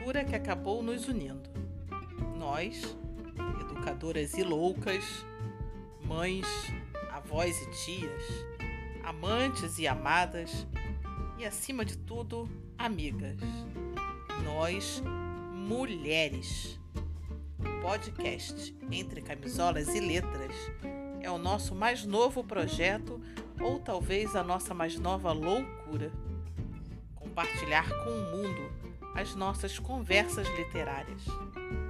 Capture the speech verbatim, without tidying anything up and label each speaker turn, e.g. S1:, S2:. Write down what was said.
S1: leitura que acabou nos unindo. Nós, educadoras e loucas, mães, avós e tias, amantes e amadas e, acima de tudo, amigas. Nós, mulheres. O podcast Entre Camisolas e Letras é o nosso mais novo projeto ou talvez a nossa mais nova loucura. Compartilhar com o mundo as nossas conversas literárias.